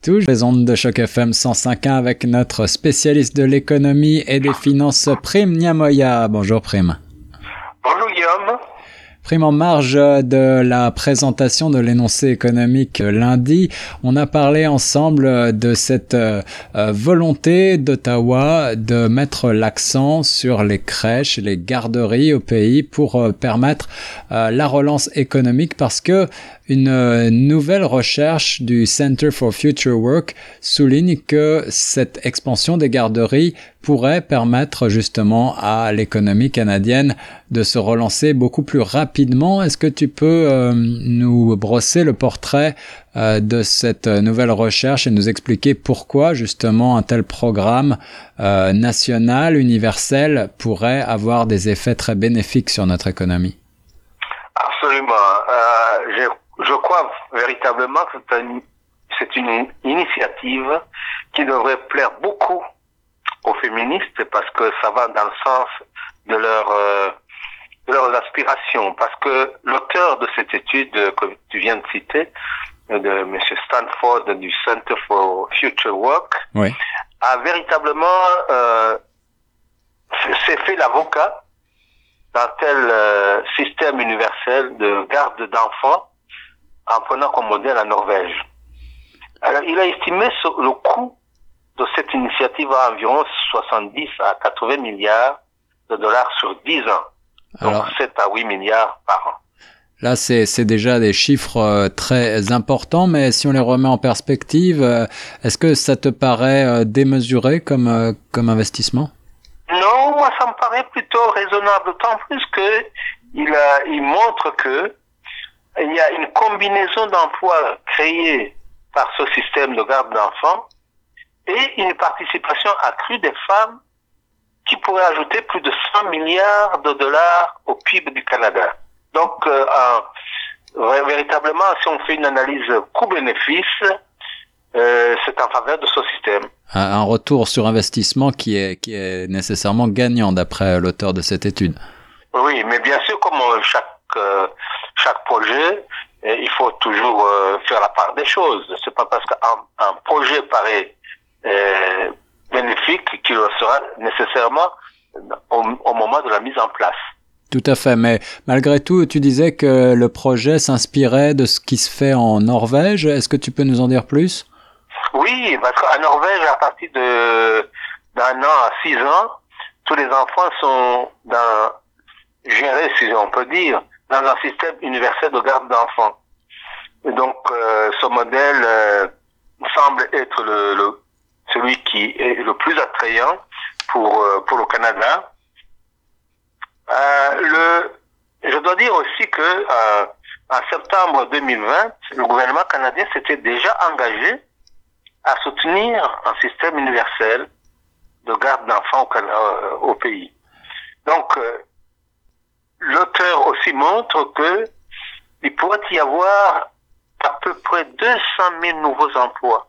Toujours les ondes de Choc FM 105.1 avec notre spécialiste de l'économie et des finances, Prime Nyamoya. Bonjour Prime. Bonjour Guillaume. Prime, en marge de la présentation de l'énoncé économique lundi, on a parlé ensemble de cette volonté d'Ottawa de mettre l'accent sur les crèches, les garderies au pays pour permettre la relance économique, parce que une nouvelle recherche du Center for Future Work souligne que cette expansion des garderies pourrait permettre justement à l'économie canadienne de se relancer beaucoup plus rapidement. Est-ce que tu peux nous brosser le portrait de cette nouvelle recherche et nous expliquer pourquoi justement un tel programme national, universel, pourrait avoir des effets très bénéfiques sur notre économie? Absolument. Je crois véritablement que c'est une initiative qui devrait plaire beaucoup aux féministes, parce que ça va dans le sens de leurs aspirations. Parce que l'auteur de cette étude que tu viens de citer, de M. Stanford du Center for Future Work, oui, a véritablement s'est fait l'avocat d'un tel système universel de garde d'enfants, en prenant comme modèle la Norvège. Alors, il a estimé le coût de cette initiative à environ 70 à 80 milliards de dollars sur 10 ans. Donc 7 à 8 milliards par an. Là, c'est déjà des chiffres très importants, mais si on les remet en perspective, est-ce que ça te paraît démesuré comme investissement? Non, moi ça me paraît plutôt raisonnable, d'autant plus que il montre que il y a une combinaison d'emplois créés par ce système de garde d'enfants et une participation accrue des femmes qui pourrait ajouter plus de 100 milliards de dollars au PIB du Canada. Donc, véritablement, si on fait une analyse coût-bénéfice, c'est en faveur de ce système. Un retour sur investissement qui est nécessairement gagnant d'après l'auteur de cette étude. Oui, mais bien sûr, comme chaque projet, il faut toujours faire la part des choses. C'est pas parce qu'un projet paraît bénéfique qu'il le sera nécessairement au moment de la mise en place. Tout à fait, mais malgré tout, tu disais que le projet s'inspirait de ce qui se fait en Norvège. Est-ce que tu peux nous en dire plus? Oui, parce qu'en Norvège, à partir d'un an à 6 ans, tous les enfants sont gérés, si on peut dire, dans un système universel de garde d'enfants. Et donc, ce modèle semble être celui qui est le plus attrayant pour le Canada. Je dois dire aussi que en septembre 2020, le gouvernement canadien s'était déjà engagé à soutenir un système universel de garde d'enfants au pays. Donc, l'auteur aussi montre que il pourrait y avoir à peu près 200 000 nouveaux emplois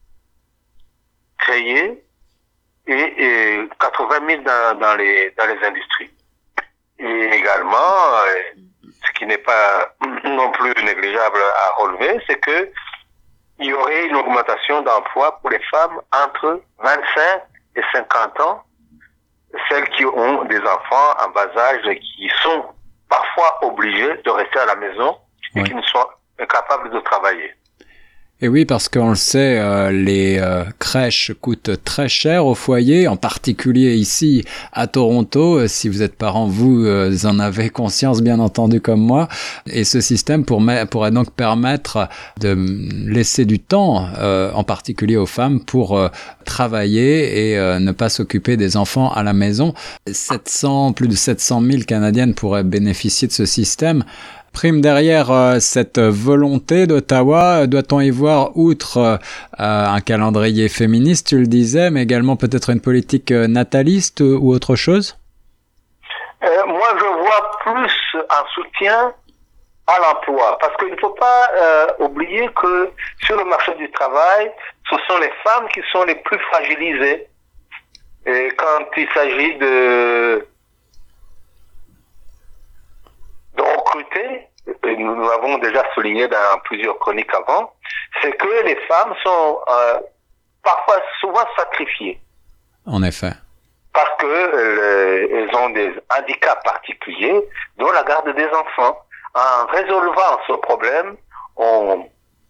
créés et 80 000 dans les industries. Et également, ce qui n'est pas non plus négligeable à relever, c'est que il y aurait une augmentation d'emplois pour les femmes entre 25 et 50 ans, celles qui ont des enfants en bas âge et qui sont parfois obligées de rester à la maison et qui ne sont incapables de travailler. Et oui, parce qu'on le sait, les crèches coûtent très cher au foyer, en particulier ici à Toronto. Si vous êtes parents, vous en avez conscience, bien entendu, comme moi. Et ce système pourrait donc permettre de laisser du temps, en particulier aux femmes, pour travailler et ne pas s'occuper des enfants à la maison. Plus de 700 000 Canadiennes pourraient bénéficier de ce système. Prime, derrière cette volonté d'Ottawa, doit-on y voir, outre un calendrier féministe, tu le disais, mais également peut-être une politique nataliste ou autre chose? Moi, je vois plus un soutien à l'emploi, parce qu'il ne faut pas oublier que sur le marché du travail, ce sont les femmes qui sont les plus fragilisées. Et quand il s'agit de recruter et nous l'avons déjà souligné dans plusieurs chroniques avant, c'est que les femmes sont parfois souvent sacrifiées. En effet. Parce que elles ont des handicaps particuliers, dont la garde des enfants. En résolvant ce problème, on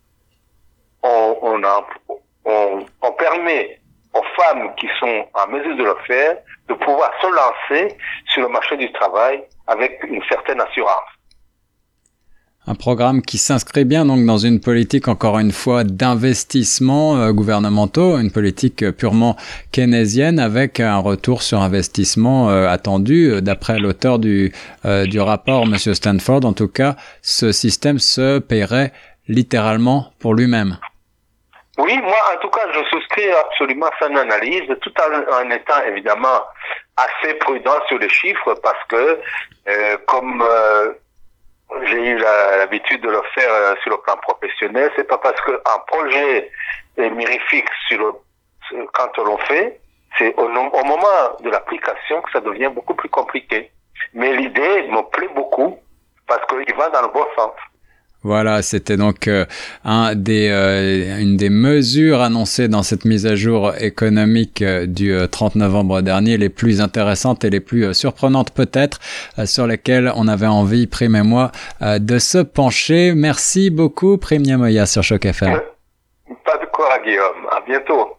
permet aux femmes qui sont en mesure de le faire de pouvoir se lancer sur le marché du travail avec une certaine assurance. Un programme qui s'inscrit bien donc dans une politique, encore une fois, d'investissements gouvernementaux, une politique purement keynésienne avec un retour sur investissement attendu. D'après l'auteur du rapport, Monsieur Stanford, en tout cas, ce système se paierait littéralement pour lui-même. Oui, moi, en tout cas, je souscris absolument à son analyse, tout en étant évidemment assez prudent sur les chiffres, parce que, comme j'ai eu l'habitude de le faire sur le plan professionnel, c'est pas parce qu'un projet est mirifique quand on le fait, c'est au moment de l'application que ça devient beaucoup plus compliqué. Mais l'idée me plaît beaucoup, parce qu'il va dans le bon sens. Voilà, c'était donc une des mesures annoncées dans cette mise à jour économique du 30 novembre dernier, les plus intéressantes et les plus surprenantes peut-être, sur lesquelles on avait envie, Prime et moi, de se pencher. Merci beaucoup, Prime Nyamoya sur Choc FM. Pas de quoi, Guillaume. À bientôt.